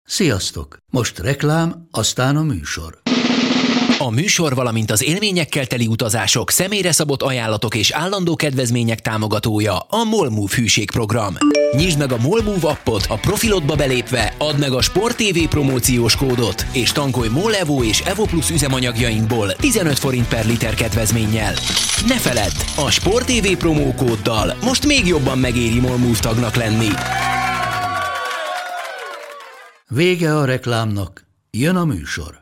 Sziasztok! Most reklám, aztán a műsor. A műsor, valamint az élményekkel teli utazások, személyre szabott ajánlatok és állandó kedvezmények támogatója a MOL Move hűségprogram. Nyisd meg a MOL Move appot, a profilodba belépve add meg a Sport TV promóciós kódot, és tankolj MOL Evo és Evo Plus üzemanyagjainkból 15 forint per liter kedvezménnyel. Ne feledd, a Sport TV promókóddal most még jobban megéri MOL Move tagnak lenni. Vége a reklámnak, jön a műsor.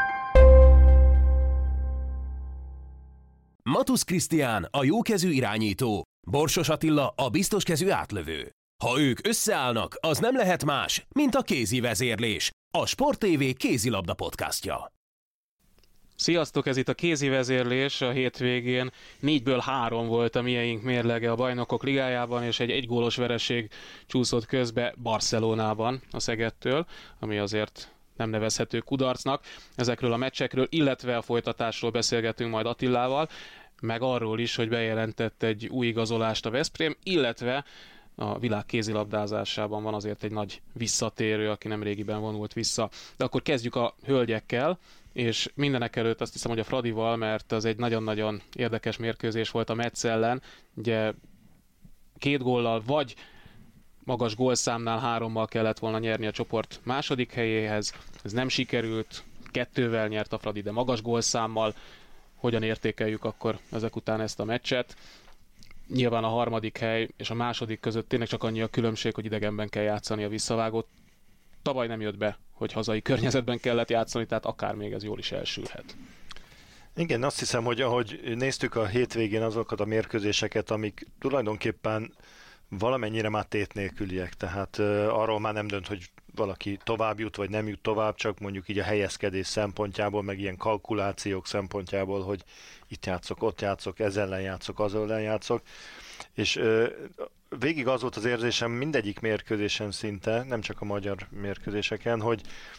Matusz Krisztián a jókezű irányító, Borsos Attila a biztoskezű átlövő. Ha ők összeállnak, az nem lehet más, mint a kézi vezérlés, a Sport TV kézilabda podcastja. Sziasztok, ez itt a kézi vezérlés. A hétvégén 4-ből 3 volt a miénk mérlege a Bajnokok Ligájában, és egy egygólos vereség csúszott közbe Barcelonában a Szegedtől, ami azért nem nevezhető kudarcnak. Ezekről a meccsekről, illetve a folytatásról beszélgetünk majd Attilával, meg arról is, hogy bejelentett egy új igazolást a Veszprém, illetve a világ kézilabdázásában van azért egy nagy visszatérő, aki nemrégiben vonult vissza. De akkor kezdjük a hölgyekkel, és mindenek előtt azt hiszem, hogy a Fradival, mert az egy nagyon-nagyon érdekes mérkőzés volt a Metz ellen. Ugye 2 góllal vagy magas gólszámnál 3-mal kellett volna nyerni a csoport második helyéhez. Ez nem sikerült, 2-vel nyert a Fradi, de magas gólszámmal. Hogyan értékeljük akkor ezek után ezt a meccset? Nyilván a harmadik hely és a második között tényleg csak annyi a különbség, hogy idegenben kell játszani a visszavágót. Tavaly nem jött be, hogy hazai környezetben kellett játszani, tehát akár még ez jól is elsülhet. Igen, azt hiszem, hogy ahogy néztük a hétvégén azokat a mérkőzéseket, amik tulajdonképpen valamennyire már tét nélküliek, tehát arról már nem dönt, hogy valaki tovább jut, vagy nem jut tovább, csak mondjuk így a helyezkedés szempontjából, meg ilyen kalkulációk szempontjából, hogy itt játszok, ott játszok, ez ellen játszok, az ellen játszok, és végig az volt az érzésem mindegyik mérkőzésen szinte, nem csak a magyar mérkőzéseken, hogy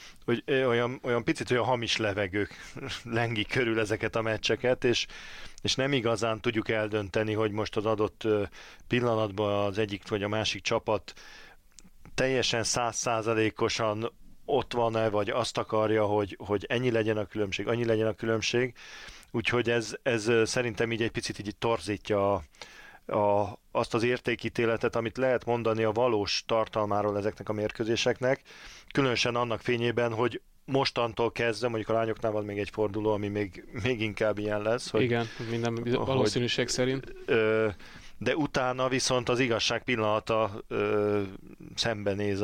olyan picit olyan hamis levegők lengik körül ezeket a meccseket, és nem igazán tudjuk eldönteni, hogy most az adott pillanatban az egyik vagy a másik csapat teljesen 100%-osan ott van-e, vagy azt akarja, hogy ennyi legyen a különbség, annyi legyen a különbség. Úgyhogy ez szerintem így egy picit így torzítja azt az értékítéletet, amit lehet mondani a valós tartalmáról ezeknek a mérkőzéseknek, különösen annak fényében, hogy mostantól kezdve, mondjuk a lányoknál van még egy forduló, ami még inkább ilyen lesz. Hogy, igen, minden valószínűség szerint. De utána viszont az igazság pillanata szembenéz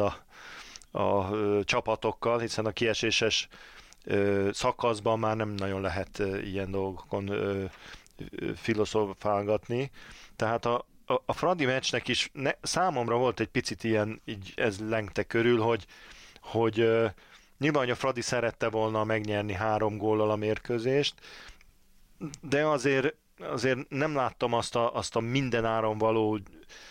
a csapatokkal, hiszen a kieséses szakaszban már nem nagyon lehet ilyen dolgokon filozofálgatni. Tehát a Fradi meccsnek is számomra volt egy picit ilyen, így ez lengte körül, hogy nyilván, a Fradi szerette volna megnyerni 3 góllal a mérkőzést, de azért nem láttam azt a minden áron való,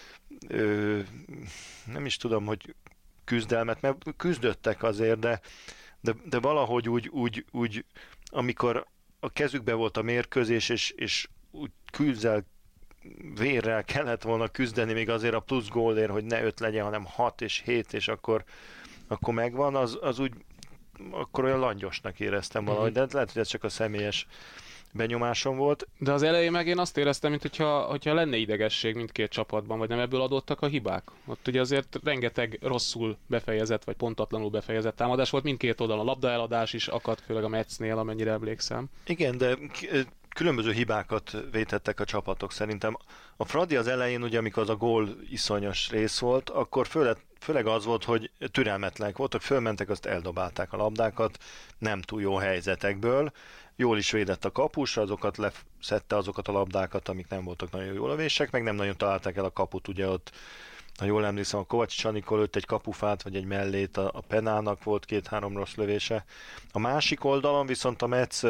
nem is tudom, hogy küzdelmet, mert küzdöttek azért, de valahogy úgy amikor a kezükbe volt a mérkőzés, és úgy vérrel kellett volna küzdeni még azért a plusz gólért, hogy ne 5 legyen, hanem 6 és 7, és akkor megvan, az úgy, akkor olyan langyosnak éreztem valahogy, de lehet, hogy ez csak a személyes benyomásom volt. De az elején meg én azt éreztem, mintha lenne idegesség mindkét csapatban, vagy nem ebből adottak a hibák. Ott ugye azért rengeteg rosszul befejezett, vagy pontatlanul befejezett támadás volt, mindkét oldalon a labdaeladás is akadt, főleg a Metsznél, amennyire emlékszem. Igen, de különböző hibákat vétettek a csapatok szerintem. A Fradi az elején, ugye amikor az a gól iszonyos rész volt, akkor főleg az volt, hogy türelmetlenek voltak, fölmentek, azt eldobálták a labdákat, nem túl jó helyzetekből. Jól is védett a kapus, leszedte azokat a labdákat, amik nem voltak nagyon jó lövések, meg nem nagyon találták el a kaput, ugye ott, ha jól emlékszem, a Kovács Csanikol lőtt egy kapufát, vagy egy mellét, a Penának volt 2-3 rossz lövése. A másik oldalon viszont a Metsz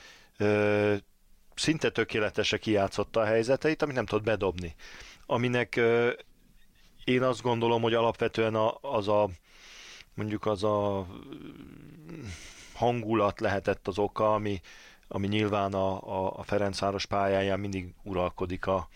szinte tökéletesen kijátszotta a helyzeteit, amit nem tudott bedobni. Aminek én azt gondolom, hogy alapvetően az a hangulat lehetett az oka, ami nyilván a Ferencváros pályáján mindig uralkodik a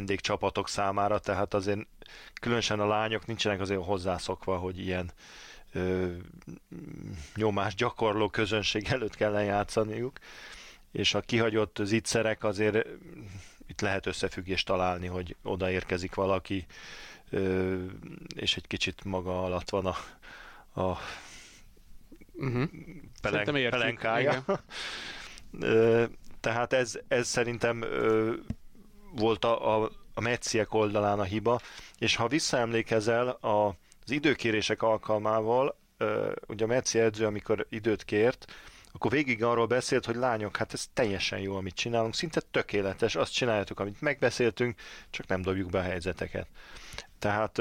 vendégcsapatok számára, tehát azért különösen a lányok nincsenek azért hozzászokva, hogy ilyen nyomás gyakorló közönség előtt kellene játszaniuk, és a kihagyott zicserek azért itt lehet összefüggést találni, hogy odaérkezik valaki, és egy kicsit maga alatt van a pelenkája. Tehát ez szerintem volt a mecciek oldalán a hiba, és ha visszaemlékezel az időkérések alkalmával, ugye a mecci edző, amikor időt kért, akkor végig arról beszélt, hogy lányok, hát ez teljesen jó, amit csinálunk, szinte tökéletes, azt csináljátok, amit megbeszéltünk, csak nem dobjuk be a helyzeteket. Tehát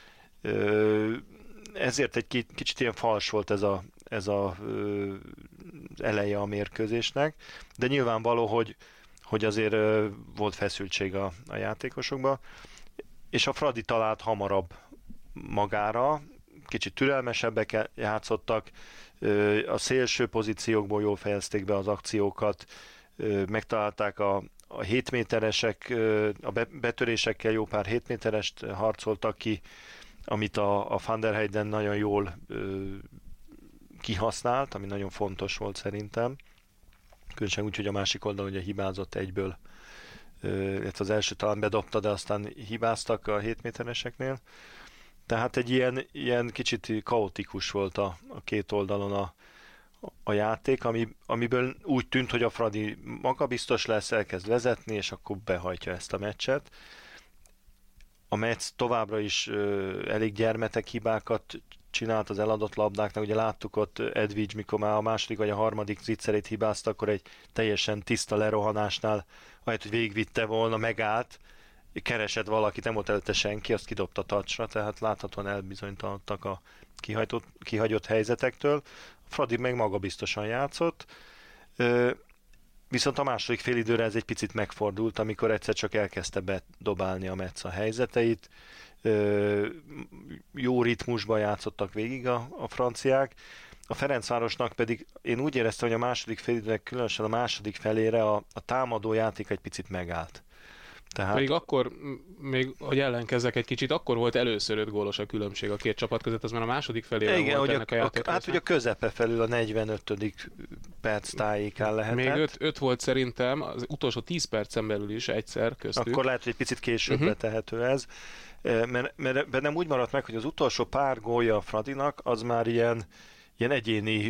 ezért egy kicsit ilyen fals volt ez a eleje a mérkőzésnek, de nyilvánvaló, hogy azért volt feszültség a játékosokban, és a Fradi talált hamarabb magára, kicsit türelmesebbek játszottak, a szélső pozíciókból jól fejezték be az akciókat, megtalálták a 7 méteresek, a betörésekkel jó pár 7 méterest harcoltak ki, amit a Van der Heyden nagyon jól kihasznált, ami nagyon fontos volt szerintem. Különösen úgy, hogy a másik oldalon ugye hibázott egyből, az első talán bedobta, de aztán hibáztak a 7 métereseknél. Tehát egy ilyen kicsit kaotikus volt a két oldalon a játék, amiből úgy tűnt, hogy a Fradi magabiztos lesz, elkezd vezetni, és akkor behajtja ezt a meccset. A Metsz továbbra is elég gyermetek hibákat csinált az eladott labdáknak. Ugye láttuk ott Edvidge, mikor már a második vagy a harmadik zicserét hibázta, akkor egy teljesen tiszta lerohanásnál, ahelyett, hogy végigvitte volna, megállt, keresett valakit, nem volt előtte senki, azt kidobta touchra, tehát láthatóan elbizonytalanodtak a kihagyott helyzetektől. A Fradi meg magabiztosan játszott, viszont a második félidőre ez egy picit megfordult, amikor egyszer csak elkezdte bedobálni a Metsz a helyzeteit, jó ritmusban játszottak végig a franciák, a Ferencvárosnak pedig én úgy éreztem, hogy a második félidőnek, különösen a második felére a támadó játék egy picit megállt. Tehát... Pedig akkor, még hogy ellenkezzek egy kicsit, akkor volt először 5 gólos a különbség a két csapat között, az már a második felére igen, volt ennek a játékos. Hát ugye a közepe felül a 45. perc tájékán lehetett. Még 5 volt szerintem, az utolsó 10 percen belül is egyszer köztük. Akkor lehet, hogy egy picit később letehető ez. Mert bennem úgy maradt meg, hogy az utolsó pár gólja a Fradinak, az már ilyen egyéni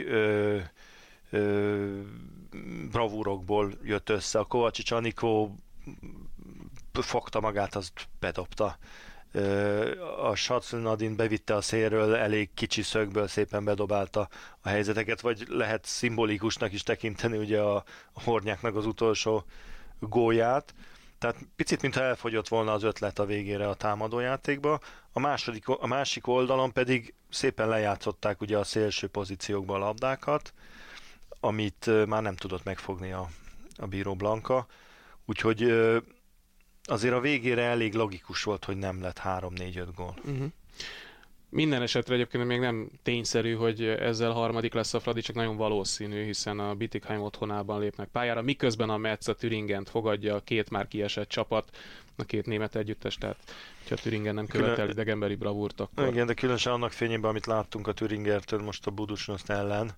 bravúrokból jött össze. A Kovácsics Anikó fogta magát, azt bedobta. A Sacl Nadine bevitte a szélről, elég kicsi szögből szépen bedobálta a helyzeteket, vagy lehet szimbolikusnak is tekinteni ugye a Hornyáknak az utolsó gólját. Tehát picit, mintha elfogyott volna az ötlet a végére a támadójátékba. A másik oldalon pedig szépen lejátszották ugye a szélső pozíciókban a labdákat, amit már nem tudott megfogni a bíró Blanka. Úgyhogy azért a végére elég logikus volt, hogy nem lett 3-4-5 gól. Minden esetre egyébként még nem tényszerű, hogy ezzel harmadik lesz a Fradi, csak nagyon valószínű, hiszen a Bietigheim otthonában lépnek pályára, miközben a Metz a Thüringent fogadja, a két már kiesett csapat, a két német együttes, tehát ha a Thüringen nem követel idegenbeli bravúrt, akkor... Igen, de különösen annak fényében, amit láttunk a Thüringertől most a Budućnost ellen,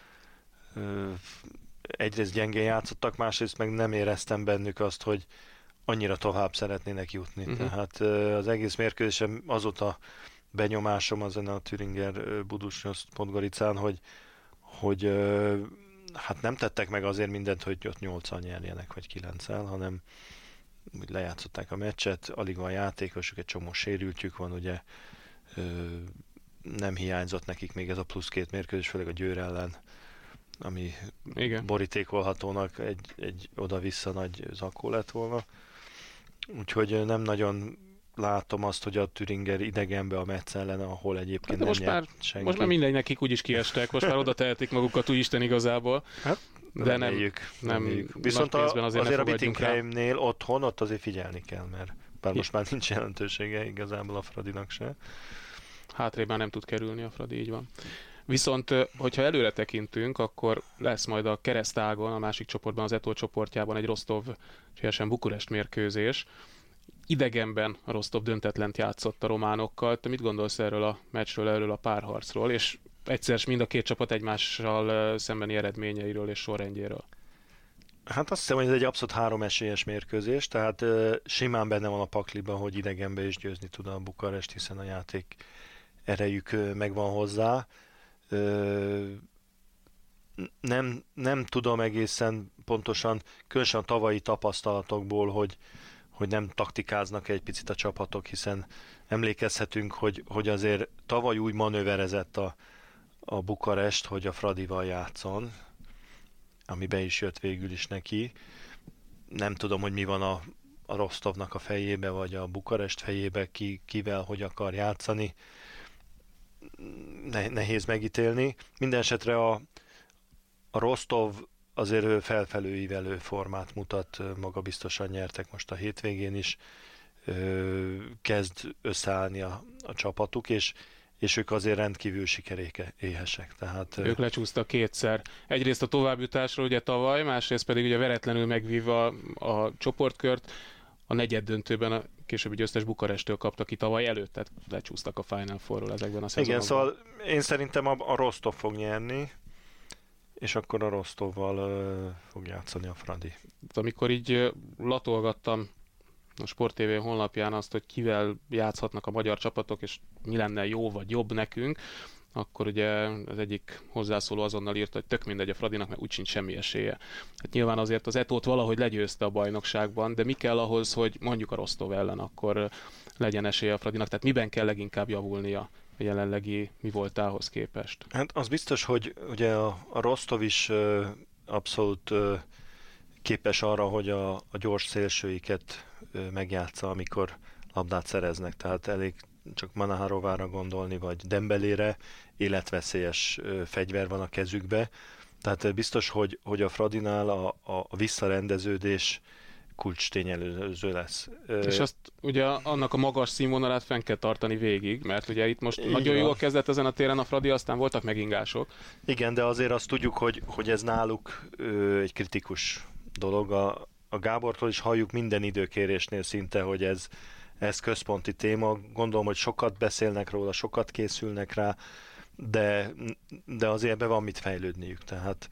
egyrészt gyengén játszottak, másrészt meg nem éreztem bennük azt, hogy annyira tovább szeretnének jutni. Tehát az egész mérkőzésem azóta benyomásom azon a Thüringer Budućnost Podgoricán, hogy hát nem tettek meg azért mindent, hogy ott 8-al nyerjenek, vagy 9-el, hanem úgy lejátszották a meccset, alig van játékosuk, egy csomó sérültjük van, ugye nem hiányzott nekik még ez a plusz 2 mérkőzés, főleg a Győr ellen, ami igen, borítékolhatónak egy oda-vissza nagy zakó lett volna. Úgyhogy nem nagyon látom azt, hogy a Thüringer idegenbe a Metz ellen, ahol egyébként hát nem nyert senki. Most már mindegy, nekik úgyis kiestek, most már oda tehetik magukat úgyisten igazából. Hát, de nem. Viszont azért a Bietigheimnél otthon, ott azért figyelni kell, mert bár most már nincs jelentősége igazából a Fradinak se. Hátrébb már nem tud kerülni a Fradi, így van. Viszont, hogyha előre tekintünk, akkor lesz majd a keresztágon, a másik csoportban, az Eto csoportjában egy Rostov-Bukurest mérkőzés. Idegenben a Rostov döntetlent játszott a románokkal. Te mit gondolsz erről a meccsről, erről a párharcról? És egyszer mind a két csapat egymással szembeni eredményeiről és sorrendjéről? Hát azt hiszem, hogy ez egy abszolút 3 esélyes mérkőzés, tehát simán benne van a pakliban, hogy idegenbe is győzni tud a Bukarest, hiszen a játék erejük megvan hozzá. Nem tudom egészen pontosan, különösen a tavalyi tapasztalatokból, hogy nem taktikáznak egy picit a csapatok, hiszen emlékezhetünk, hogy azért tavaly úgy manőverezett a Bukarest, hogy a Fradival játszon, ami be is jött végül is neki. Nem tudom, hogy mi van a Rostovnak a fejébe, vagy a Bukarest fejébe, kivel, hogy akar játszani. Nehéz megítélni. Minden esetre a Rostov azért felfelőívelő formát mutat, magabiztosan nyertek most a hétvégén is, kezd összeállni a csapatuk, és ők azért rendkívül sikeréhesek. Tehát, ők lecsúsztak kétszer. Egyrészt a továbbjutásról ugye tavaly, másrészt pedig ugye veretlenül megvívva a csoportkört, a negyeddöntőben a későbbi győztes Bukarestől kaptak ki tavaly előtt, tehát lecsúsztak a Final Four-ról ezekben a szezonokban. Igen, szóval én szerintem a Rostov fog nyerni, és akkor a Rostovval fog játszani a Fradi. Amikor így latolgattam a Sport TV honlapján azt, hogy kivel játszhatnak a magyar csapatok, és mi lenne jó vagy jobb nekünk, akkor ugye az egyik hozzászóló azonnal írta, hogy tök mindegy a Fradinak, mert úgy sincs semmi esélye. Hát nyilván azért az Etót valahogy legyőzte a bajnokságban, de mi kell ahhoz, hogy mondjuk a Rostov ellen akkor legyen esélye a Fradinak? Tehát miben kell leginkább javulnia a jelenlegi mi voltához képest? Hát az biztos, hogy ugye a Rostov is abszolút képes arra, hogy a gyors szélsőiket megjátsza, amikor labdát szereznek. Tehát elég csak Manaharovára gondolni, vagy Dembelére, életveszélyes fegyver van a kezükbe. Tehát biztos, hogy a Fradinál a visszarendeződés kulcstényelőző lesz. És azt ugye annak a magas színvonalát fenn kell tartani végig, mert ugye itt most nagyon jól kezdett ezen a téren a Fradi, aztán voltak megingások. Igen, de azért azt tudjuk, hogy ez náluk egy kritikus dolog. A Gábortól is halljuk minden időkérésnél szinte, hogy ez központi téma. Gondolom, hogy sokat beszélnek róla, sokat készülnek rá, de azért ebben van mit fejlődniük. Tehát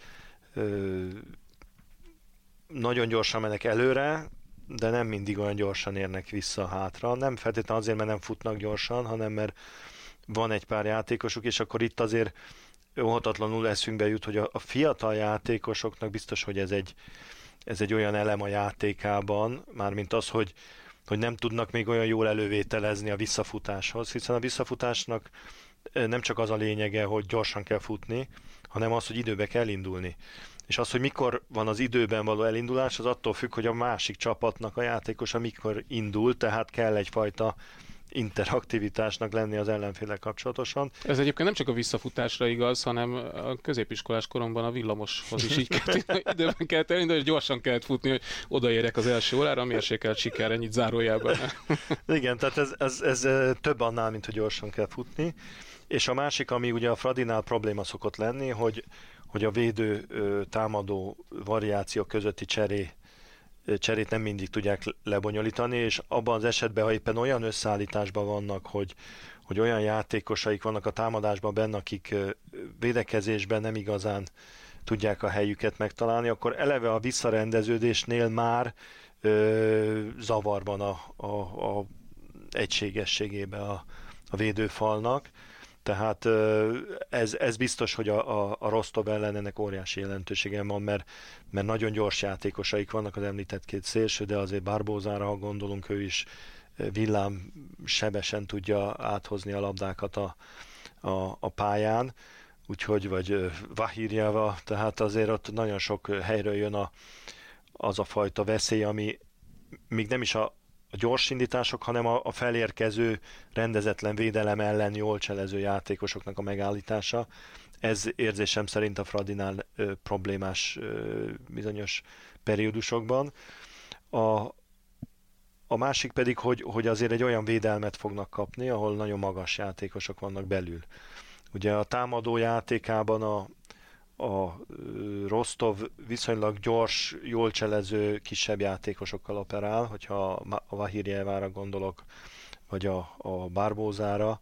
nagyon gyorsan mennek előre, de nem mindig olyan gyorsan érnek vissza hátra. Nem feltétlenül azért, mert nem futnak gyorsan, hanem mert van egy pár játékosuk, és akkor itt azért óhatatlanul eszünkbe jut, hogy a fiatal játékosoknak biztos, hogy ez egy olyan elem a játékában, mármint az, hogy nem tudnak még olyan jól elővételezni a visszafutáshoz, hiszen a visszafutásnak nem csak az a lényege, hogy gyorsan kell futni, hanem az, hogy időbe kell indulni. És az, hogy mikor van az időben való elindulás, az attól függ, hogy a másik csapatnak a játékosa mikor indul, tehát kell egyfajta interaktivitásnak lenni az ellenféllel kapcsolatosan. Ez egyébként nem csak a visszafutásra igaz, hanem a középiskolás koromban a villamoshoz is így kellett, időben kellett elindulni, és gyorsan kellett futni, hogy odaérjek az első órára, a mérsékelt siker, ennyit zárójelben. Igen, tehát ez több annál, mint hogy gyorsan kell futni. És a másik, ami ugye a Fradinál probléma szokott lenni, hogy a védő támadó variációk közötti cserét nem mindig tudják lebonyolítani, és abban az esetben, ha éppen olyan összeállításban vannak, hogy olyan játékosaik vannak a támadásban benne, akik védekezésben nem igazán tudják a helyüket megtalálni, akkor eleve a visszarendeződésnél már zavarban a egységességébe a védőfalnak. Tehát ez biztos, hogy a Rostov ellen ennek óriási jelentősége van, mert nagyon gyors játékosaik vannak, az említett két szélső, de azért Barbózára, ha gondolunk, ő is villám sebesen tudja áthozni a labdákat a pályán, úgyhogy, vagy Vahirjava, tehát azért ott nagyon sok helyről jön az a fajta veszély, ami még nem is a gyors indítások, hanem a felérkező rendezetlen védelem ellen jól cselező játékosoknak a megállítása. Ez érzésem szerint a Fradinál problémás bizonyos periódusokban. A másik pedig, hogy azért egy olyan védelmet fognak kapni, ahol nagyon magas játékosok vannak belül. Ugye a támadó játékában a Rostov viszonylag gyors, jól cselező kisebb játékosokkal operál, hogyha a Vahirjevára gondolok, vagy a Barbózára,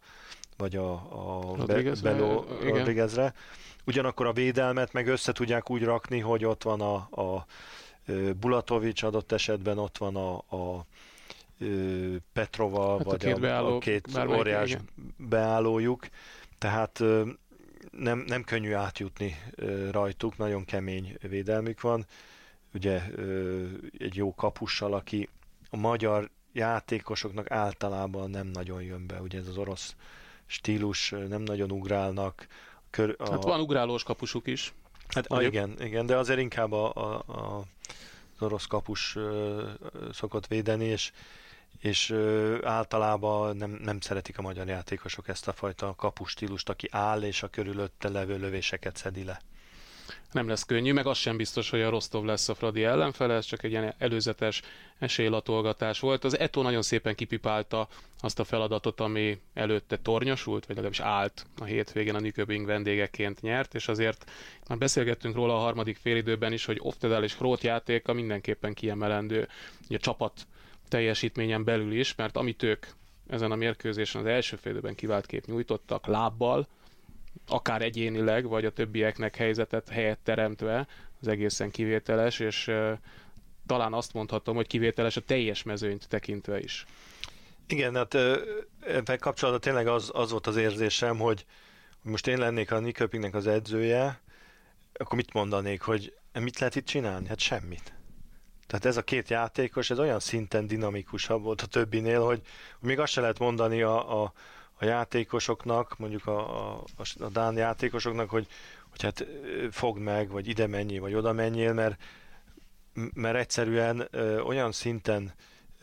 vagy a Rodriguezre, Rodriguezre. Ugyanakkor a védelmet meg össze tudják úgy rakni, hogy ott van a Bulatovics, adott esetben ott van a Petrova, vagy a két óriás beállójuk, tehát nem könnyű átjutni rajtuk, nagyon kemény védelmük van. Ugye egy jó kapussal, aki a magyar játékosoknak általában nem nagyon jön be. Ugye ez az orosz stílus, nem nagyon ugrálnak. Hát van ugrálós kapusuk is. Hát igen, de azért inkább az orosz kapus szokott védeni, és általában nem szeretik a magyar játékosok ezt a fajta kapus stílust, aki áll és a körülötte levő lövéseket szedi le. Nem lesz könnyű, meg az sem biztos, hogy a Rostov lesz a Fradi ellenfele, ez csak egy ilyen előzetes esélylatolgatás volt. Az Eto'o nagyon szépen kipipálta azt a feladatot, ami előtte tornyosult, vagy legalábbis állt a hétvégén, a Nyköping vendégeként nyert, és azért már beszélgettünk róla a harmadik félidőben is, hogy Oftedal és Hróth játéka mindenképpen kiemelendő, ugye a csapat teljesítményen belül is, mert amit ők ezen a mérkőzésen az első félidőben kivált kép nyújtottak lábbal, akár egyénileg, vagy a többieknek helyet teremtve, az egészen kivételes, és talán azt mondhatom, hogy kivételes a teljes mezőnyt tekintve is. Igen, hát ebben kapcsolatban tényleg az volt az érzésem, hogy most én lennék a Nyköpingnek az edzője, akkor mit mondanék, hogy mit lehet itt csinálni? Hát semmit. Tehát ez a két játékos, ez olyan szinten dinamikusabb volt a többinél, hogy még azt se lehet mondani a játékosoknak, mondjuk a dán játékosoknak, hogy hát fogd meg, vagy ide menjél, vagy oda menjél, mert egyszerűen olyan szinten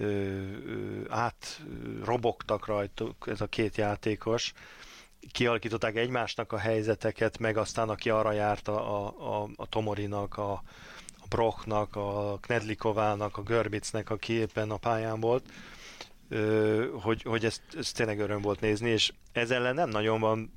átrobogtak rajtuk ez a két játékos, kialakították egymásnak a helyzeteket, meg aztán aki arra járt a Tomorinak, a Brochnak, a Knedlikovának, a Görbicnek, aki éppen a pályán volt, hogy ez tényleg öröm volt nézni, és ez ellen nem nagyon van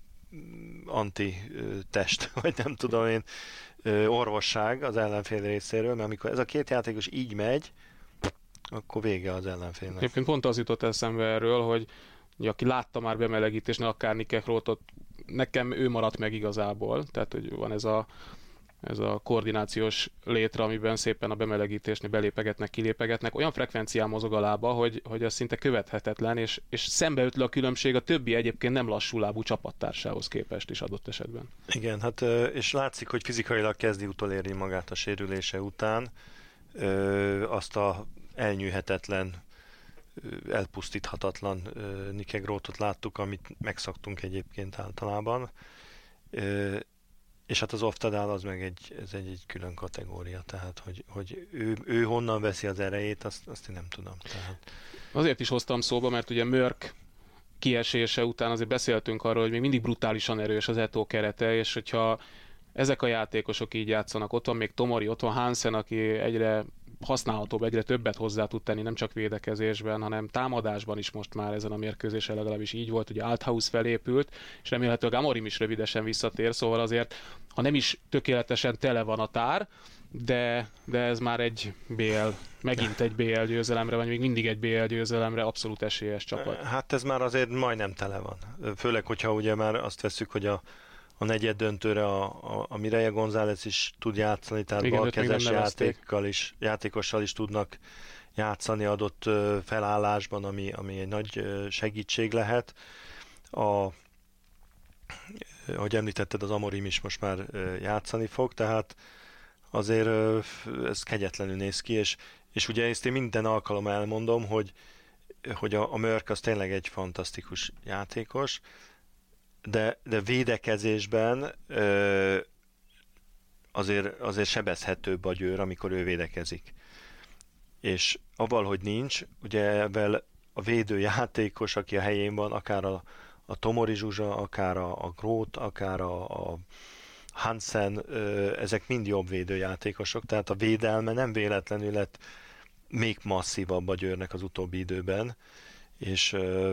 anti-test, vagy nem tudom én, orvosság az ellenfél részéről, mert amikor ez a két játékos így megy, akkor vége az ellenfélnek. Egyébként pont az jutott eszembe erről, hogy aki látta már bemelegítésnél, akár Nick Hróthot, nekem ő maradt meg igazából, tehát hogy van ez a koordinációs létre, amiben szépen a bemelegítésnél belépegetnek, kilépegetnek, olyan frekvencián mozog a lába, hogy az szinte követhetetlen, és szembeütlő a különbség a többi egyébként nem lassú lábú csapattársához képest is adott esetben. Igen, hát és látszik, hogy fizikailag kezdi utolérni magát a sérülése után, azt a elnyűhetetlen, elpusztíthatatlan Nick Hróthot láttuk, amit megszoktunk egyébként általában. És hát az Oftedal az meg egy külön kategória, tehát hogy ő honnan veszi az erejét, azt én nem tudom. Tehát. Azért is hoztam szóba, mert ugye Mörk kiesése után azért beszéltünk arról, hogy még mindig brutálisan erős az Eto'o kerete, és hogyha ezek a játékosok így játszanak, ott van még Tomori, ott van Hansen, aki egyre használhatóbb, egyre többet hozzá tud tenni, nem csak védekezésben, hanem támadásban is most már ezen a mérkőzésen legalábbis így volt, ugye Althaus felépült, és remélhetőleg Amorim is rövidesen visszatér, szóval azért, ha nem is tökéletesen tele van a tár, de ez már megint egy BL győzelemre, vagy még mindig egy BL győzelemre abszolút esélyes csapat. Hát ez már azért majdnem tele van. Főleg, hogyha ugye már azt vesszük, hogy a negyed döntőre a Mireia González is tud játszani, tehát balkezes játékossal is tudnak játszani adott felállásban, ami egy nagy segítség lehet. Ahogy említetted, az Amorim is most már játszani fog, tehát azért ez kegyetlenül néz ki, és ugye ezt én minden alkalommal elmondom, hogy a Mörk az tényleg egy fantasztikus játékos, de védekezésben azért sebezhetőbb a győr, amikor ő védekezik. És avval, hogy nincs, ugye ebben a védőjátékos, aki a helyén van, akár a Tomori Zsuzsa, akár a Hróth, akár a Hansen, ezek mind jobb védőjátékosok, tehát a védelme nem véletlenül lett még masszívabb a Győrnek az utóbbi időben, és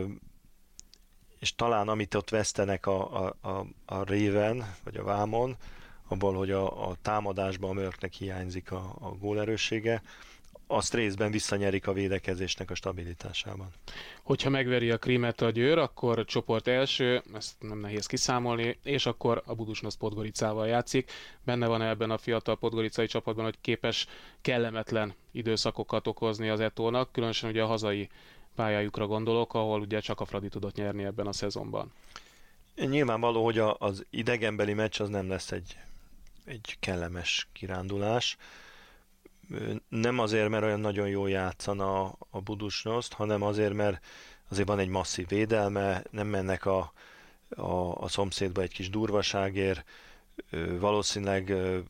talán amit ott vesztenek a Réven, vagy a Vámon, abból, hogy a támadásban a Mörknek hiányzik a gólerőssége, azt részben visszanyerik a védekezésnek a stabilitásában. Hogyha megveri a Krimet a Győr, akkor csoport első, ezt nem nehéz kiszámolni, és akkor a Budućnost Podgoricával játszik. Benne van ebben a fiatal podgoricai csapatban, hogy képes kellemetlen időszakokat okozni az Etónak, különösen ugye a hazai pályájukra gondolok, ahol ugye csak a Fradi tudott nyerni ebben a szezonban. Nyilvánvaló, hogy az idegenbeli meccs az nem lesz egy kellemes kirándulás. Nem azért, mert olyan nagyon jól játszana a Budućnost, hanem azért, mert azért van egy masszív védelme, nem mennek a szomszédba egy kis durvaságért, valószínűleg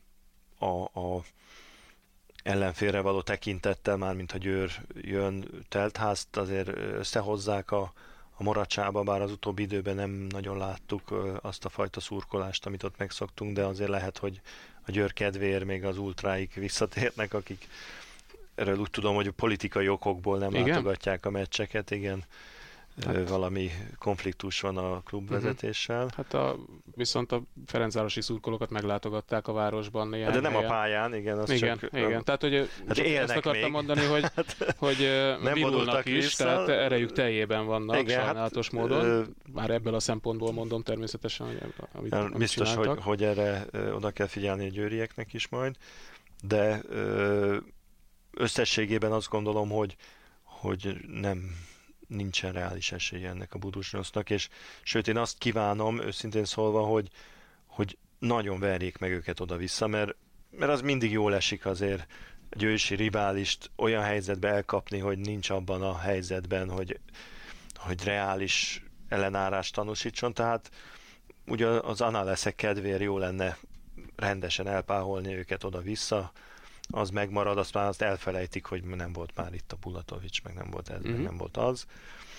a ellenfélre való tekintettel, már mint a Győr jön teltházt, azért összehozzák a Moracsába, bár az utóbbi időben nem nagyon láttuk azt a fajta szurkolást, amit ott megszoktunk, de azért lehet, hogy a Győr kedvéért még az ultráik visszatérnek, akik erről úgy tudom, hogy politikai okokból nem látogatják a meccseket, igen. Hát. Valami konfliktus van a klubvezetéssel. Hát viszont a Ferencvárosi szurkolókat meglátogatták a városban néhány de nem helyen. A pályán, igen. Az igen, csak, igen. Tehát, hogy hát ezt akartam még mondani, hogy virulnak is, vissza. tehát erejük teljében vannak, igen, sajnálatos módon. Már ebből a szempontból mondom természetesen, hogy amit biztos, csináltak. hogy erre oda kell figyelni a győrieknek is majd, de összességében azt gondolom, hogy nincsen reális esélye ennek a Budućnostnak, és sőt én azt kívánom, őszintén szólva, hogy nagyon verjék meg őket oda-vissza, mert az mindig jól esik azért egy ősi riválist olyan helyzetbe elkapni, hogy nincs abban a helyzetben, hogy reális ellenállást tanúsítson, tehát ugye az Analeszek kedvéért jó lenne rendesen elpáholni őket oda-vissza, az megmarad, azt elfelejtik, hogy nem volt már itt a Bulatovics, meg nem volt ez, meg nem volt az.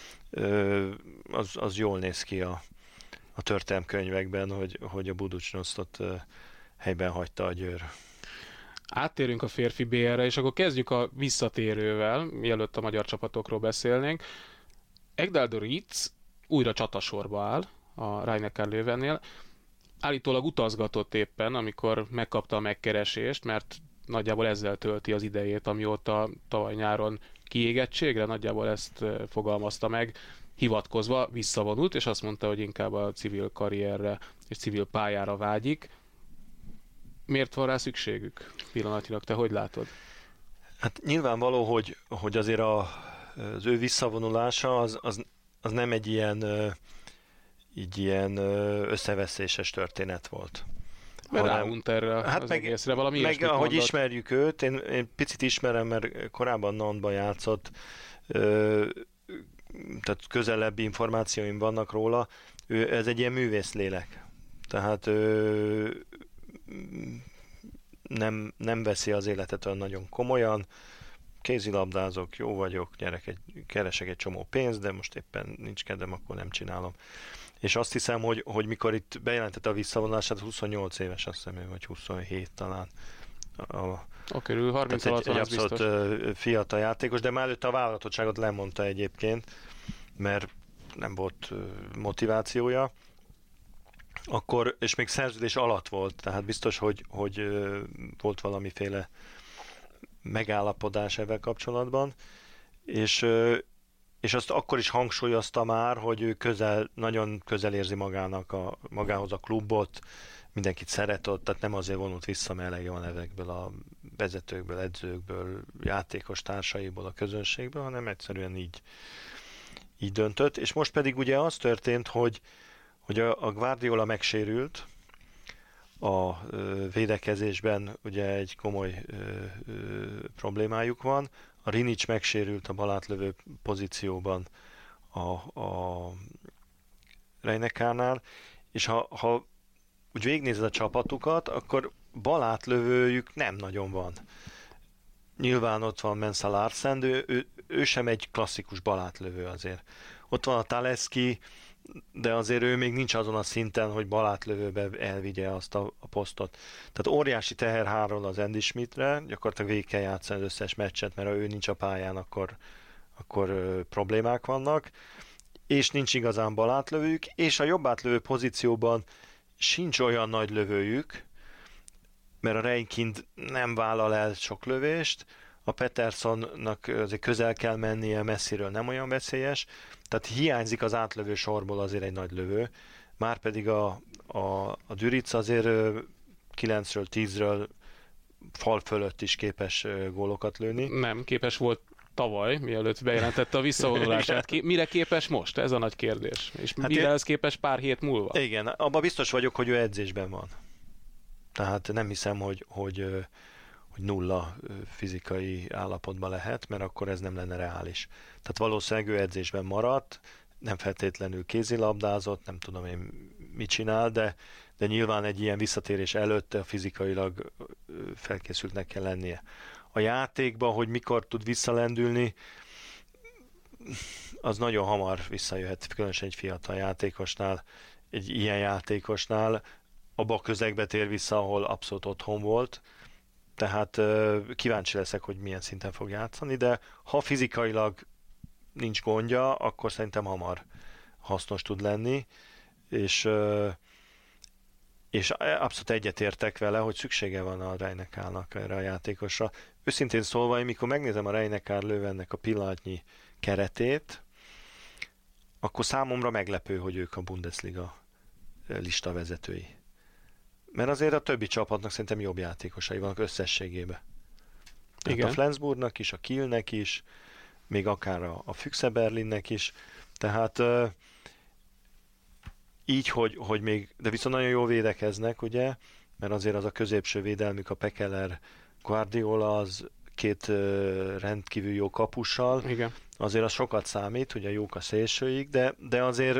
Az jól néz ki a történelemkönyvekben, hogy a Budućnostot helyben hagyta a Győr. Áttérünk a férfi BL-re, és akkor kezdjük a visszatérővel, mielőtt a magyar csapatokról beszélnénk. Ekdal Ritz újra csatasorba áll a Rhein-Neckar Löwennél. Állítólag utazgatott éppen, amikor megkapta a megkeresést, mert nagyjából ezzel tölti az idejét, amióta tavaly nyáron kiégettségre, nagyjából ezt fogalmazta meg, hivatkozva visszavonult, és azt mondta, hogy inkább a civil karrierre és civil pályára vágyik. Miért van rá szükségük pillanatilag? Te hogy látod? Hát nyilvánvaló, hogy azért az ő visszavonulása az nem egy ilyen összeveszéses történet volt. Mert ráunt erre az egészre, valami meg ahogy mondott. Ismerjük őt, én picit ismerem, mert korábban Nantban játszott, tehát közelebbi információim vannak róla, ez egy ilyen művészlélek. Tehát nem veszi az életet olyan nagyon komolyan, kézilabdázok, jó vagyok, keresek egy csomó pénzt, de most éppen nincs kedvem, akkor nem csinálom. És azt hiszem, hogy mikor itt bejelentette a visszavonulását, 28 éves, azt hiszem, vagy 27 talán. Körül 30 alatt van, az biztos. Abszolút fiatal játékos, de már előtte a válogatottságot lemondta egyébként, mert nem volt motivációja. Akkor, és még szerződés alatt volt, tehát biztos, hogy volt valamiféle megállapodás ebben kapcsolatban, és azt akkor is hangsúlyozta már, hogy ő nagyon közel érzi magához a klubot, mindenkit szeret ott, tehát nem azért vonult vissza, mert elege van ezekből a vezetőkből, edzőkből, játékos társaiból, a közönségből, hanem egyszerűen így döntött. És most pedig ugye az történt, hogy a Guardiola megsérült, a védekezésben ugye egy komoly problémájuk van, a Rinic megsérült a balátlövő pozícióban a Rhein-Neckarnál, és ha úgy végignézed a csapatukat, akkor balátlövőjük nem nagyon van. Nyilván ott van Mensa Larsen, de ő sem egy klasszikus balátlövő azért. Ott van a Taleski, de azért ő még nincs azon a szinten, hogy balátlövőbe elvigye azt a posztot. Tehát óriási teher hárul az Andy Schmidtre, gyakorlatilag végig kell játszani az összes meccset, mert ha ő nincs a pályán, akkor problémák vannak, és nincs igazán balátlövőjük, és a jobbátlövő pozícióban sincs olyan nagy lövőjük, mert a Reinkind nem vállal el sok lövést, a Petersonnak azért közel kell mennie, messziről nem olyan veszélyes, tehát hiányzik az átlövő sorból azért egy nagy lövő, márpedig a Düric azért 9-ről, 10-ről fal fölött is képes gólokat lőni. Nem, képes volt tavaly, mielőtt bejelentette a visszavonulását. Mire képes most? Ez a nagy kérdés. És hát mire ez képes pár hét múlva? Igen, abban biztos vagyok, hogy ő edzésben van. Tehát nem hiszem, hogy nulla fizikai állapotban lehet, mert akkor ez nem lenne reális. Tehát valószínűleg ő edzésben maradt, nem feltétlenül kézilabdázott, nem tudom én mit csinál, de nyilván egy ilyen visszatérés előtt a fizikailag felkészültnek kell lennie. A játékban, hogy mikor tud visszalendülni, az nagyon hamar visszajöhet, különösen egy fiatal játékosnál, egy ilyen játékosnál, abba a közegbe tér vissza, ahol abszolút otthon volt, tehát kíváncsi leszek, hogy milyen szinten fog játszani, de ha fizikailag nincs gondja, akkor szerintem hamar hasznos tud lenni, és abszolút egyetértek vele, hogy szüksége van a Rhein-Neckarnak erre a játékosra. Őszintén szólva, amikor megnézem a Rhein-Neckar Löwennek a pillanatnyi keretét, akkor számomra meglepő, hogy ők a Bundesliga lista vezetői. Mert azért a többi csapatnak szerintem jobb játékosai vannak összességében. Tehát a Flensburgnak is, a Kielnek is, még akár a Füchse Berlinnek is. Tehát így, hogy még, de viszont nagyon jól védekeznek, ugye, mert azért az a középső védelmük, a Pekeler, Guardiola, az két rendkívül jó kapussal. Igen. Azért az sokat számít, ugye jók a szélsőik, de azért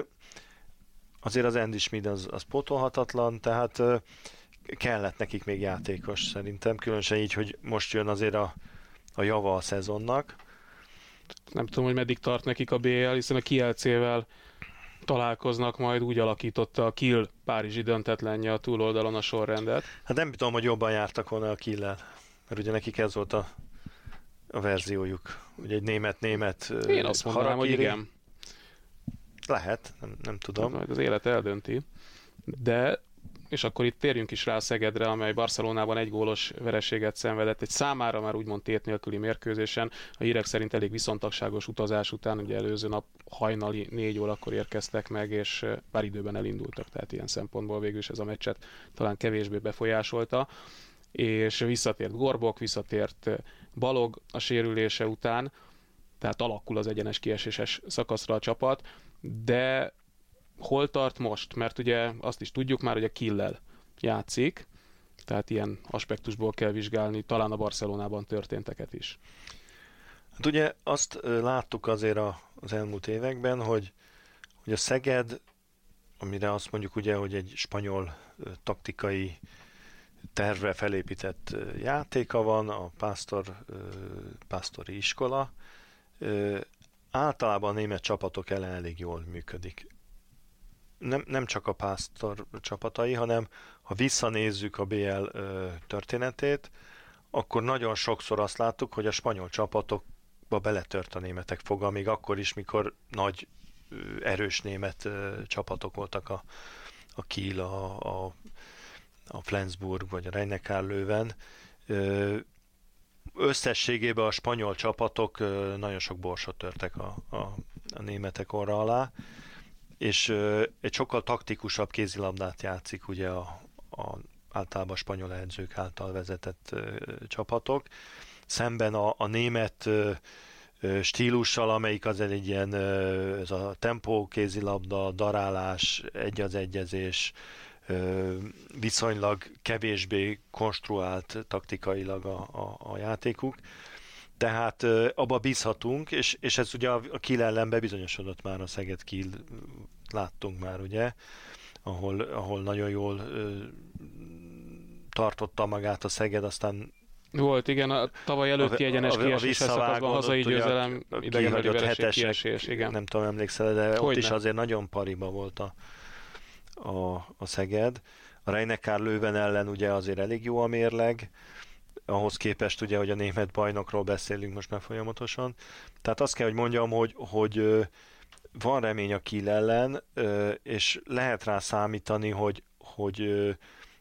az Andy Schmid az pótolhatatlan, tehát kellett nekik még játékos szerintem, különösen így, hogy most jön azért a java a szezonnak. Nem tudom, hogy meddig tart nekik a BL, hiszen a Kielcével találkoznak majd, úgy alakította a Kiel párizsi döntetlenje a túloldalon a sorrendet. Hát nem tudom, hogy jobban jártak volna a Kiellel, mert ugye nekik ez volt a verziójuk. Ugye egy német Én azt mondanám, hogy igen. Lehet, nem tudom. Majd az élet eldönti. De, és akkor itt térjünk is rá a Szegedre, amely Barcelonában egy gólos vereséget szenvedett, egy számára már úgymond tét nélküli mérkőzésen. A hírek szerint elég viszontagságos utazás után, ugye előző nap hajnali 4 órakor érkeztek meg, és pár időben elindultak, tehát ilyen szempontból végül is ez a meccset talán kevésbé befolyásolta. És visszatért Gorbok, visszatért Balog a sérülése után, tehát alakul az egyenes kieséses szakaszra a csapat, de hol tart most? Mert ugye azt is tudjuk már, hogy a Kiellel játszik, tehát ilyen aspektusból kell vizsgálni talán a Barcelonában történteket is. Hát ugye azt láttuk azért az elmúlt években, hogy a Szeged, amire azt mondjuk ugye, hogy egy spanyol taktikai tervre felépített játéka van, a Pásztori iskola, általában a német csapatok ellen elég jól működik. Nem csak a Pásztor csapatai, hanem ha visszanézzük a BL történetét, akkor nagyon sokszor azt láttuk, hogy a spanyol csapatokba beletört a németek foga, még akkor is, mikor nagy, erős német csapatok voltak a Kiel, a Flensburg vagy a Rhein-Neckar Löwen. Összességében a spanyol csapatok nagyon sok borsot törtek a németek orra alá, és egy sokkal taktikusabb kézilabdát játszik ugye általában a spanyol edzők által vezetett csapatok, szemben a német stílussal, amelyik az egy ilyen ez a tempó kézilabda, darálás, egy az egyezés, viszonylag kevésbé konstruált taktikailag a játékuk. Tehát abba bízhatunk, és ez ugye a Kiel ellen bebizonyosodott már, a Szeged Kiel láttunk már, ugye, ahol nagyon jól tartotta magát a Szeged, aztán volt, igen, a tavaly előtti egyenes kiesés szakaszban hazai győzelem, idegenbeli vereség, kiesés, igen. Nem tudom, emlékszel, de ott is azért nagyon pariba volt a Szeged. A Rhein-Neckar Löwen ellen ugye azért elég jó a mérleg, ahhoz képest ugye, hogy a német bajnokról beszélünk most már folyamatosan. Tehát azt kell, hogy mondjam, hogy van remény a Kiel ellen, és lehet rá számítani, hogy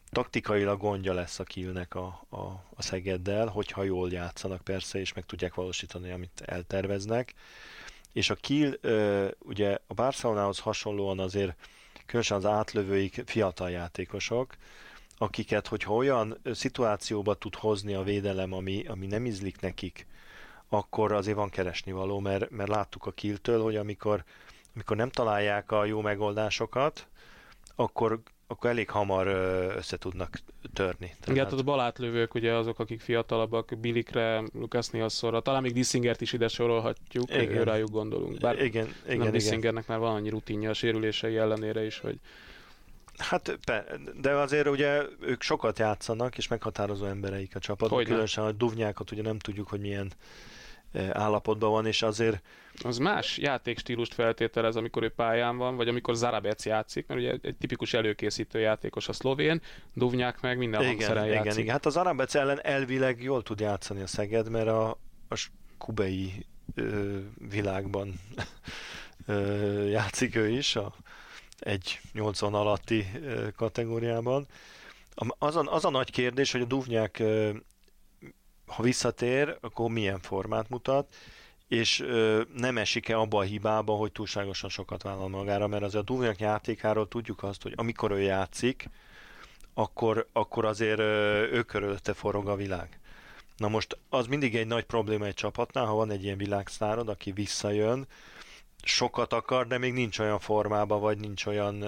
taktikailag gondja lesz a Kielnek a Szegeddel, hogyha jól játszanak persze, és meg tudják valósítani, amit elterveznek. És a Kiel ugye a Barcelonához hasonlóan azért különösen az átlövőik fiatal játékosok, akiket, hogyha olyan szituációba tud hozni a védelem, ami nem ízlik nekik, akkor azért van keresnivaló, mert láttuk a Kieltől, hogy amikor nem találják a jó megoldásokat, akkor elég hamar össze tudnak törni. Igen, a balátlövők ugye azok, akik fiatalabbak, Bilikre, Lucas Nilssonra, talán még Dissingert is ide sorolhatjuk, rájuk gondolunk. Bár nem Dissingernek már van annyi rutinja a sérülései ellenére is, hogy... Hát, de azért ugye ők sokat játszanak, és meghatározó embereik a csapatban. Különösen a Duvnyákat ugye nem tudjuk, hogy milyen állapotban van, és azért... Az más játékstílust feltételez, amikor ő pályán van, vagy amikor Zarabec játszik, mert ugye egy tipikus előkészítő játékos a szlovén, Duvnyák meg minden hangszeren játszik. Igen. Hát a Zarabec ellen elvileg jól tud játszani a Szeged, mert a kubei világban játszik ő is, a 1.80 alatti kategóriában. Az a nagy kérdés, hogy a Duvnyák ha visszatér, akkor milyen formát mutat, és nem esik-e abba a hibába, hogy túlságosan sokat vállal magára, mert azért a Duvnyák játékáról tudjuk azt, hogy amikor ő játszik, akkor azért ő körülötte forog a világ. Na most az mindig egy nagy probléma egy csapatnál, ha van egy ilyen világsztárod, aki visszajön, sokat akar, de még nincs olyan formában, vagy nincs olyan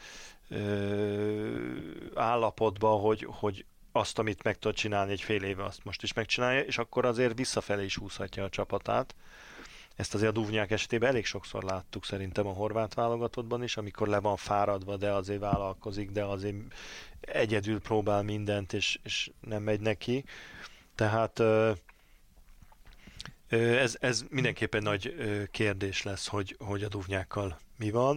állapotban, hogy azt, amit meg tud csinálni egy fél éve, azt most is megcsinálja, és akkor azért visszafelé is húzhatja a csapatát. Ezt azért a Duvnyák esetében elég sokszor láttuk szerintem a horvát válogatottban is, amikor le van fáradva, de azért vállalkozik, de azért egyedül próbál mindent, és nem megy neki. Tehát ez mindenképpen nagy kérdés lesz, hogy a Duvnyákkal mi van.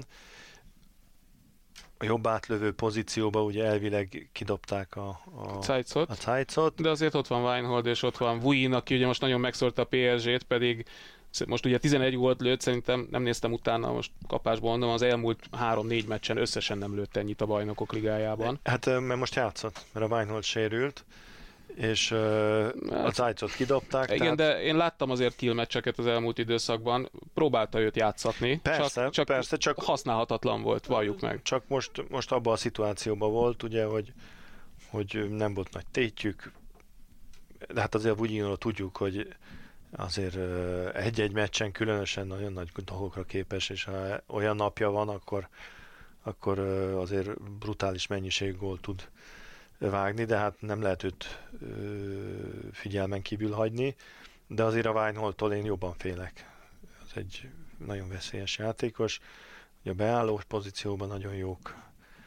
A jobb átlövő pozícióba ugye elvileg kidobták a Zeitz-ot. De azért ott van Wijnhold, és ott van Vuin, aki ugye most nagyon megszórta a PSG-t, pedig most ugye 11 gólt lőtt, szerintem nem néztem utána, most kapásból mondom, az elmúlt 3-4 meccsen összesen nem lőtt ennyit a Bajnokok Ligájában. Hát mert most játszott, mert a Wijnhold sérült, és a Zeitz-ot kidobták. Igen, de én láttam azért Kiel meccseket az elmúlt időszakban, próbálta őt játszatni, persze, csak használhatatlan volt, valljuk meg. Csak most abban a szituációban volt, ugye, hogy nem volt nagy tétjük, de hát azért a Vugyinról tudjuk, hogy azért egy-egy meccsen különösen nagyon nagy dolgokra képes, és ha olyan napja van, akkor azért brutális mennyiség gólt tud vágni, de hát nem lehet őt figyelmen kívül hagyni, de azért a Wijnholdtól én jobban félek. Ez egy nagyon veszélyes játékos, ugye a beállós pozícióban nagyon jók,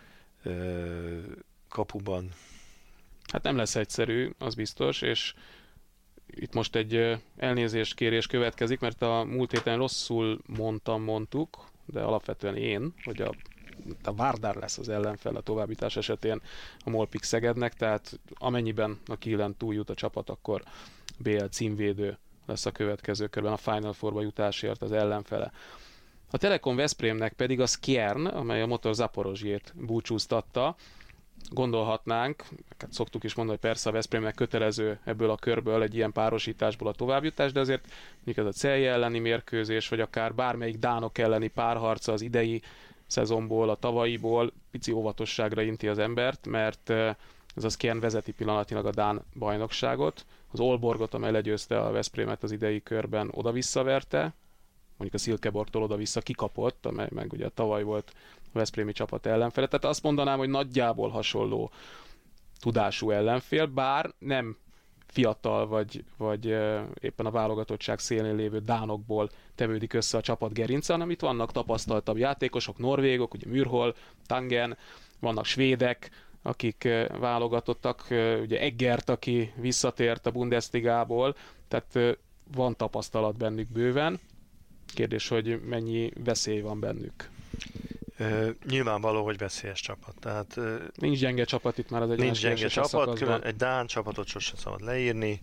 kapuban. Hát nem lesz egyszerű, az biztos, és itt most egy elnézést kérés következik, mert a múlt héten rosszul mondtuk, de alapvetően én, hogy a Vardar lesz az ellenfel a továbbítás esetén a Molpik Szegednek, tehát amennyiben a Kielen túljut a csapat, akkor BL címvédő lesz a következő körben a Final Fourba jutásért az ellenfele. A Telekom Veszprémnek pedig a Skjern, amely a Motor Zaporozsjét búcsúztatta. Gondolhatnánk, hát szoktuk is mondani, hogy persze a Veszprémnek kötelező ebből a körből egy ilyen párosításból a továbbjutás, de azért mondjuk ez a Celje elleni mérkőzés, vagy akár bármelyik dánok elleni párharca az idei szezonból, a tavalyiból pici óvatosságra inti az embert, mert ez az Skjern vezeti pillanatilag a dán bajnokságot. Az Aalborgot, amely legyőzte a Veszprémet az idei körben, oda-visszaverte, mondjuk a Silkeborgtól oda-vissza kikapott, amely meg ugye tavaly volt a veszprémi csapat ellenfele. Tehát azt mondanám, hogy nagyjából hasonló tudású ellenfél, bár nem fiatal vagy éppen a válogatottság szélén lévő dánokból tevődik össze a csapat gerince, hanem itt vannak tapasztaltabb játékosok, norvégok, ugye Mürhol, Tangen, vannak svédek, akik válogatottak, ugye Eggert, aki visszatért a Bundesligából, tehát van tapasztalat bennük bőven. Kérdés, hogy mennyi veszély van bennük. Nyilvánvaló, hogy veszélyes csapat. Tehát, nincs gyenge csapat itt már az nincs gyenge csapat, egy dán csapatot sosem szabad leírni.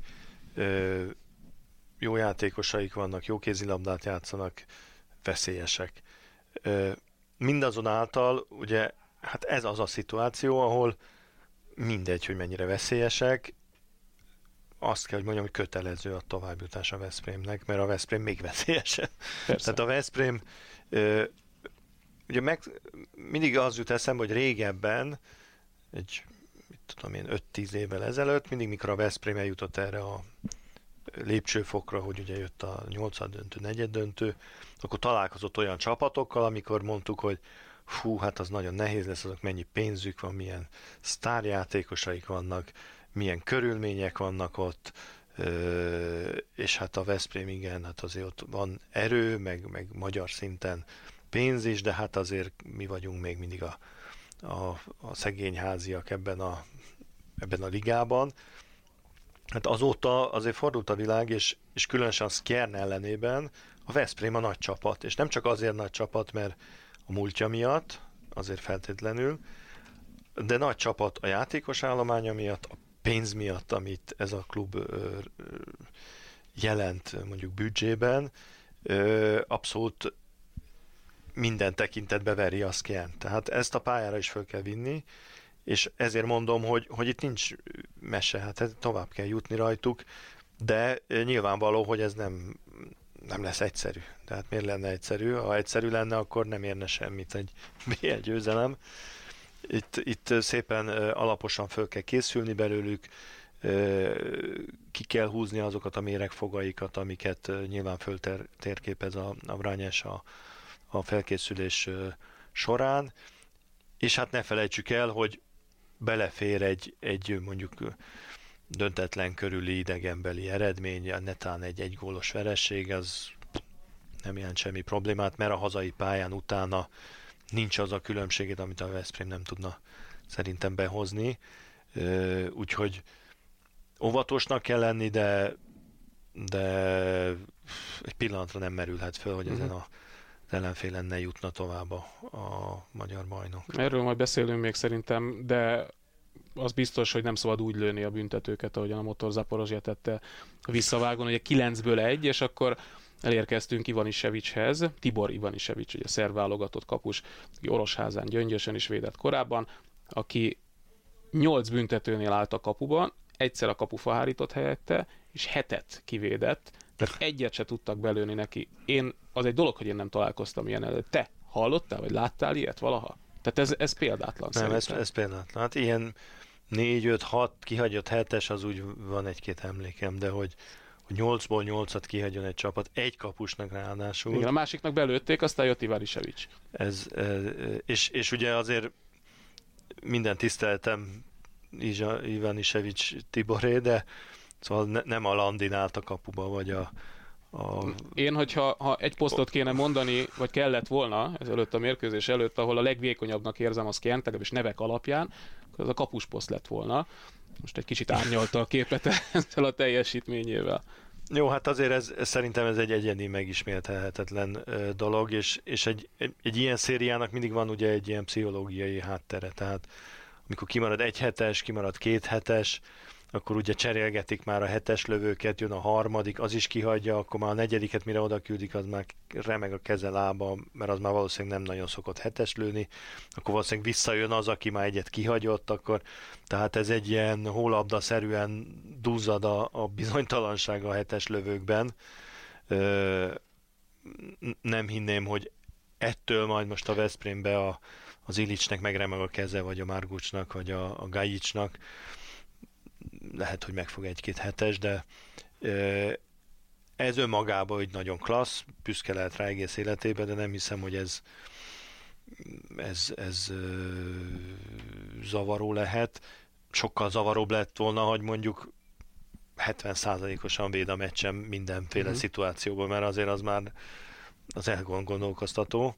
Jó játékosaik vannak, jó kézilabdát játszanak, veszélyesek. Mindazonáltal, ugye, hát ez az a szituáció, ahol mindegy, hogy mennyire veszélyesek, azt kell, hogy mondjam, hogy kötelező a továbbjutás a Veszprémnek, mert a Veszprém még veszélyesebb. Tehát a Veszprém, ugye mindig az jut eszembe, hogy régebben, mit tudom én, 5-10 évvel ezelőtt, mindig mikor a Veszprém eljutott erre a lépcsőfokra, hogy ugye jött a 8. döntő, 4. döntő, akkor találkozott olyan csapatokkal, amikor mondtuk, hogy fú, hát az nagyon nehéz lesz, azok mennyi pénzük van, milyen sztárjátékosaik vannak, milyen körülmények vannak ott, és hát a Veszprém igen, hát azért ott van erő, meg magyar szinten pénz is, de hát azért mi vagyunk még mindig a szegény háziak ebben a ligában. Hát azóta azért fordult a világ, és különösen a Szkjern ellenében a Veszprém a nagy csapat, és nem csak azért nagy csapat, mert a múltja miatt, azért feltétlenül, de nagy csapat a játékos állománya miatt, a pénz miatt, amit ez a klub jelent mondjuk büdzsében, abszolút minden tekintetbe veri a Szkjern. Tehát ezt a pályára is föl kell vinni, és ezért mondom, hogy itt nincs mese, hát tovább kell jutni rajtuk, de nyilvánvaló, hogy ez nem lesz egyszerű. Tehát miért lenne egyszerű? Ha egyszerű lenne, akkor nem érne semmit egy BL győzelem. Itt szépen alaposan föl kell készülni belőlük, ki kell húzni azokat a méregfogaikat, amiket nyilván föltérképez a Vranyes a felkészülés során, és hát ne felejtsük el, hogy belefér egy mondjuk döntetlen körüli idegenbeli eredmény, netán egy gólos vereség, az nem jelent semmi problémát, mert a hazai pályán utána nincs az a különbségét, amit a Veszprém nem tudna szerintem behozni. Úgyhogy óvatosnak kell lenni, de egy pillanatra nem merülhet föl, hogy ezen az ellenfélen ne jutna tovább a magyar bajnok. Erről majd beszélünk még szerintem, de az biztos, hogy nem szabad úgy lőni a büntetőket, ahogyan a Motor Zaporozhye tette a visszavágón, ugye 9-ből 1, és akkor elérkeztünk Ivaniševićhez, Tibor Ivanišević, ugye szerb válogatott kapus, aki Orosházán gyöngyösen is védett korábban, aki 8 büntetőnél állt a kapuban, egyszer a kapufa hárított helyette, és 7-et kivédett, tehát egyet se tudtak belőni neki. Az egy dolog, hogy én nem találkoztam ilyen előtt. Te hallottál, vagy láttál ilyet valaha? Tehát ez példátlan szerintem. Nem, ez példátlan. Hát ilyen 4-5-6 kihagyott 7-es, az úgy van egy-két emlékem, de hogy 8-ból 8-at kihagyjon egy csapat, egy kapusnak ráadásul. Igen, a másiknak belőtték, aztán jött Ivanišević. És ugye azért minden tiszteletem Ivanišević Tiboré, de szóval nem a Landin állt a kapuba, vagy Én, ha egy posztot kéne mondani, vagy kellett volna, ezelőtt a mérkőzés előtt, ahol a legvékonyabbnak érzem a Szkjern, legalábbis nevek alapján, az a kapusposzt lett volna. Most egy kicsit árnyalta a képet ezzel a teljesítményével. Jó, hát azért szerintem ez egy egyedi megismételhetetlen dolog, és egy ilyen szériának mindig van ugye egy ilyen pszichológiai háttere, tehát amikor kimarad 1 hetes, kimarad 2 hetes, akkor ugye cserélgetik már a 7-es lövőket, jön a harmadik, az is kihagyja, akkor már a 4-et mire oda küldik, az már remeg a keze lába, mert az már valószínűleg nem nagyon szokott 7-es lőni, akkor valószínűleg visszajön az, aki már egyet kihagyott, akkor tehát ez egy ilyen hólabda-szerűen duzzad a bizonytalanság a 7-es lövőkben. Nem hinném, hogy ettől majd most a Veszprémbe az Ilicsnek megremeg a keze, vagy a Margucsnak, vagy a Gajicsnak. Lehet, hogy megfog 1-2 7-es, de ez önmagában egy nagyon klassz, büszke lehet rá egész életében, de nem hiszem, hogy ez zavaró lehet. Sokkal zavaróbb lett volna, hogy mondjuk 70%-osan véd a meccsen mindenféle szituációban, mert azért az már az elgondolkoztató.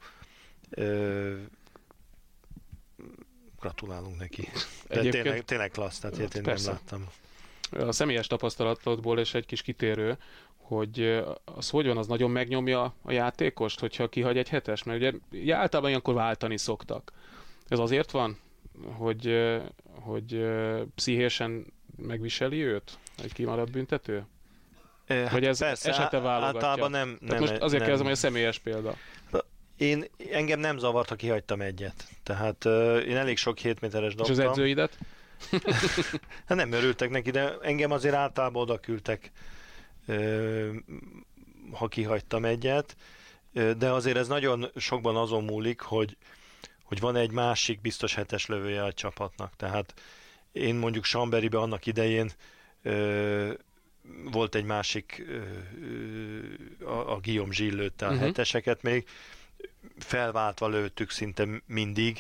Gratulálunk neki. De tényleg klassz, tehát én nem láttam. A személyes tapasztalatodból és egy kis kitérő, hogy az hogy van, az nagyon megnyomja a játékost, hogyha kihagy egy 7-es? Mert ugye általában ilyenkor váltani szoktak. Ez azért van, hogy pszichésen megviseli őt egy kimaradt büntető? Vagy ez persze, esete válogatja? Általában nem. Most azért kérdezem, hogy a személyes példa. Engem nem zavart, ha kihagytam egyet. Tehát én elég sok 7 méteres dobtam. És az edzőidet? Hát nem örültek neki, de engem azért általában oda küldtek, ha kihagytam egyet, de azért ez nagyon sokban azon múlik, hogy van egy másik biztos hetes lövője a csapatnak. Tehát én mondjuk Chambérybe annak idején volt egy másik, a Guillaume Gilles lőtte a heteseket még, felváltva lőttük szinte mindig.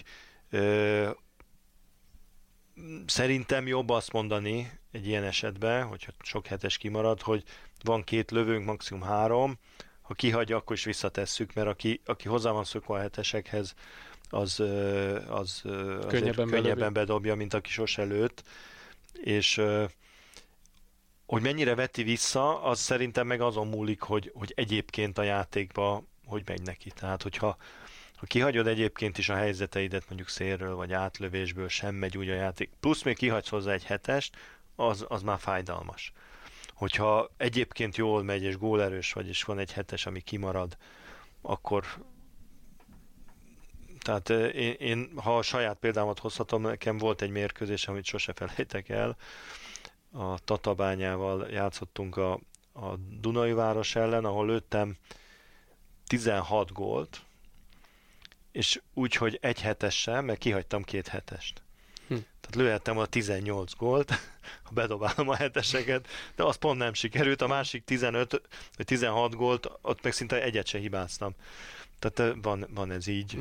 Szerintem jobb azt mondani egy ilyen esetben, hogyha sok hetes kimarad, hogy van 2 lövőnk, maximum 3, ha kihagyja, akkor is visszatesszük, mert aki hozzá van szokva a hetesekhez, az könnyebben bedobja, mint aki sose lőtt. És hogy mennyire veti vissza, az szerintem meg azon múlik, hogy egyébként a játékba hogy megy neki. Tehát, hogyha kihagyod egyébként is a helyzeteidet, mondjuk szélről vagy átlövésből sem megy úgy a játék, plusz még kihagysz hozzá egy hetest, az már fájdalmas. Hogyha egyébként jól megy és gólerős vagy, és van egy hetes, ami kimarad, akkor... Tehát én ha a saját példámat hozhatom, nekem volt egy mérkőzés, amit sose felejtek el. A Tatabányával játszottunk a Dunajváros ellen, ahol lőttem 16 gólt, és úgy, hogy egy hetessel, mert kihagytam 2 hetest. Tehát lőhettem a 18 gólt, ha bedobálom a heteseket, de az pont nem sikerült. A másik 15 vagy 16 gólt, ott meg szinte egyet se hibáztam. Tehát van ez így.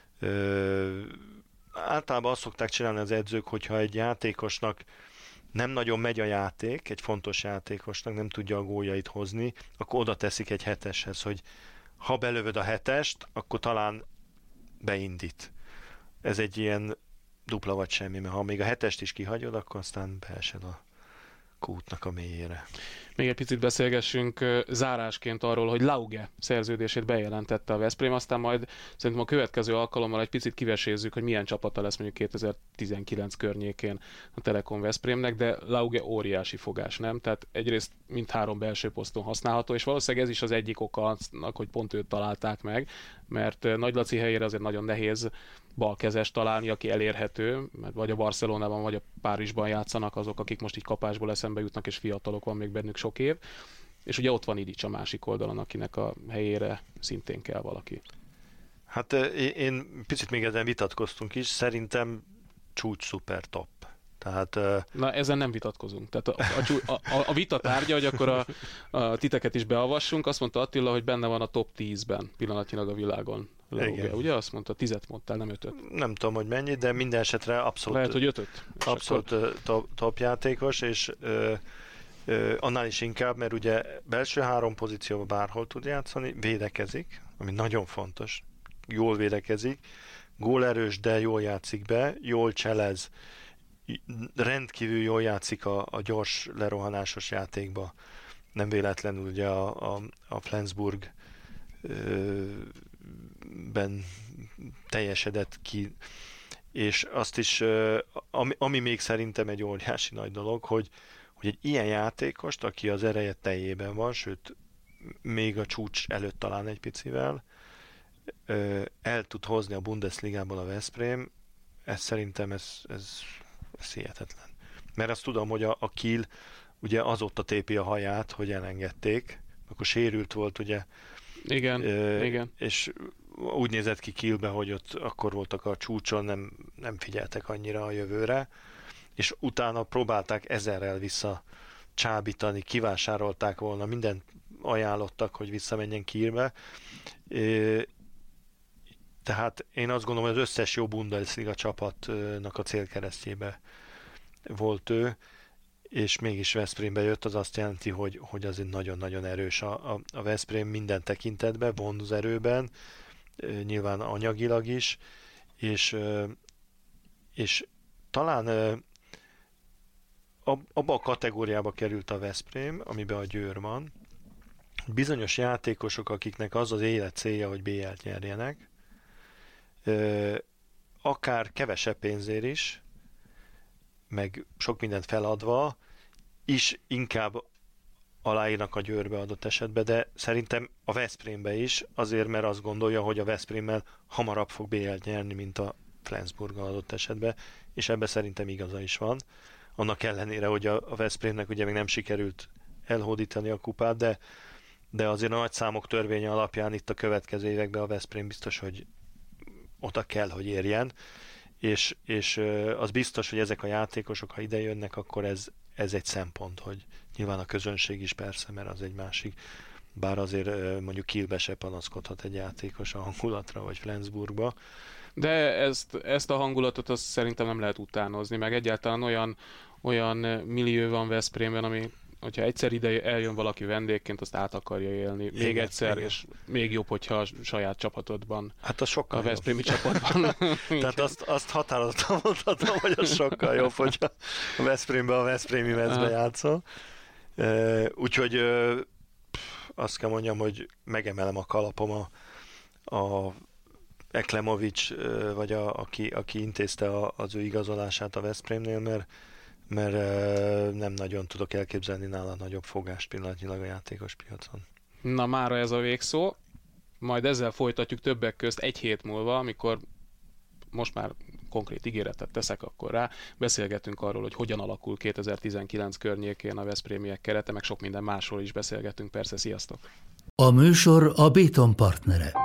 Általában azt szokták csinálni az edzők, hogyha egy játékosnak nem nagyon megy a játék, egy fontos játékosnak nem tudja a góljait hozni, akkor oda teszik egy heteshez, hogy ha belövöd a hetest, akkor talán beindít. Ez egy ilyen dupla vagy semmi, mert ha még a hetest is kihagyod, akkor aztán beesed a kútnak a mélyére. Még egy picit beszélgessünk zárásként arról, hogy Lauge szerződését bejelentette a Veszprém, aztán majd szerintem a következő alkalommal egy picit kivesézzük, hogy milyen csapata lesz mondjuk 2019 környékén a Telekom Veszprémnek, de Lauge óriási fogás, nem? Tehát egyrészt mindhárom belső poszton használható, és valószínűleg ez is az egyik oka annak, hogy pont őt találták meg, mert Nagy Laci helyére azért nagyon nehéz balkezes találni, aki elérhető, mert vagy a Barcelonában, vagy a Párizsban játszanak azok, akik most így kapásból eszembe jutnak, és fiatalok, van még bennük sok év. És ugye ott van Idics a másik oldalon, akinek a helyére szintén kell valaki. Hát én picit még ezen vitatkoztunk is, szerintem csúcs szuper top. Tehát, na, ezen nem vitatkozunk. Tehát a vita tárgya, hogy akkor a titeket is beavassunk, azt mondta Attila, hogy benne van a top 10-ben pillanatnyilag a világon. Lauge, ugye? Azt mondta, 10-et mondtál, nem 5-öt. Nem tudom, hogy mennyi, de minden esetre abszolút... Lehet, hogy 5-öt. Abszolút akkor... top játékos, és annál is inkább, mert ugye belső 3 pozícióban bárhol tud játszani, védekezik, ami nagyon fontos, jól védekezik, gólerős, de jól játszik be, jól cselez, rendkívül jól játszik a gyors lerohanásos játékba. Nem véletlenül ugye a Flensburg ben teljesedett ki, és azt is, ami még szerintem egy óriási nagy dolog, hogy egy ilyen játékost, aki az ereje teljében van, sőt, még a csúcs előtt talán egy picivel, el tud hozni a Bundesligából a Veszprém, ez szerintem ez hihetetlen. Mert azt tudom, hogy a Kiel ugye azóta tépi a haját, hogy elengedték, akkor sérült volt, ugye. Igen, igen. És úgy nézett ki Kielbe, hogy ott akkor voltak a csúcson, nem figyeltek annyira a jövőre, és utána próbálták 1000-rel visszacsábítani, kivásárolták volna, mindent ajánlottak, hogy visszamenjen Kielbe. Tehát én azt gondolom, hogy az összes jó Bundesliga csapatnak a célkeresztjébe volt ő, és mégis Veszprémbe jött, az azt jelenti, hogy az nagyon-nagyon erős a Veszprém minden tekintetben, vonzerőben, nyilván anyagilag is, és talán abba a kategóriába került a Veszprém, amiben a Győr van, bizonyos játékosok, akiknek az élet célja, hogy BL-t nyerjenek, akár kevesebb pénzért is, meg sok mindent feladva, is inkább aláírnak a Győrbe adott esetben, de szerintem a Veszprémbe is, azért, mert azt gondolja, hogy a Veszprémmel hamarabb fog BL-t nyerni, mint a Flensburggal adott esetben, és ebben szerintem igaza is van. Annak ellenére, hogy a Veszprémnek ugye még nem sikerült elhódítani a kupát, de azért a nagy számok törvénye alapján itt a következő években a Veszprém biztos, hogy oda kell, hogy érjen, és az biztos, hogy ezek a játékosok, ha ide jönnek, akkor ez egy szempont, hogy nyilván a közönség is persze, mert az egy másik, bár azért mondjuk Kielbe se panaszkodhat egy játékos a hangulatra, vagy Flensburgba. De ezt a hangulatot azt szerintem nem lehet utánozni, meg egyáltalán olyan millió van Veszprémben, ami, hogyha egyszer ide eljön valaki vendégként, azt át akarja élni. Még igen, egyszer, igen. És még jobb, hogyha a saját csapatodban, Hát az sokkal a veszprémi csapatban. Tehát azt határozottan mondhatom, hogy az sokkal jobb, hogyha a Veszprémben a veszprémi mezbe játszol. Úgyhogy azt kell mondjam, hogy megemelem a kalapom a Eklemovics, vagy aki intézte az ő igazolását a Veszprémnél, mert nem nagyon tudok elképzelni nála nagyobb fogást pillanatnyilag a játékos piacon. Na mára ez a végszó, majd ezzel folytatjuk többek közt egy hét múlva, amikor most már konkrét ígéretet teszek akkor rá, beszélgetünk arról, hogy hogyan alakul 2019 környékén a veszprémiek kerete, meg sok minden másról is beszélgetünk, persze, sziasztok! A műsor a Béton partnere.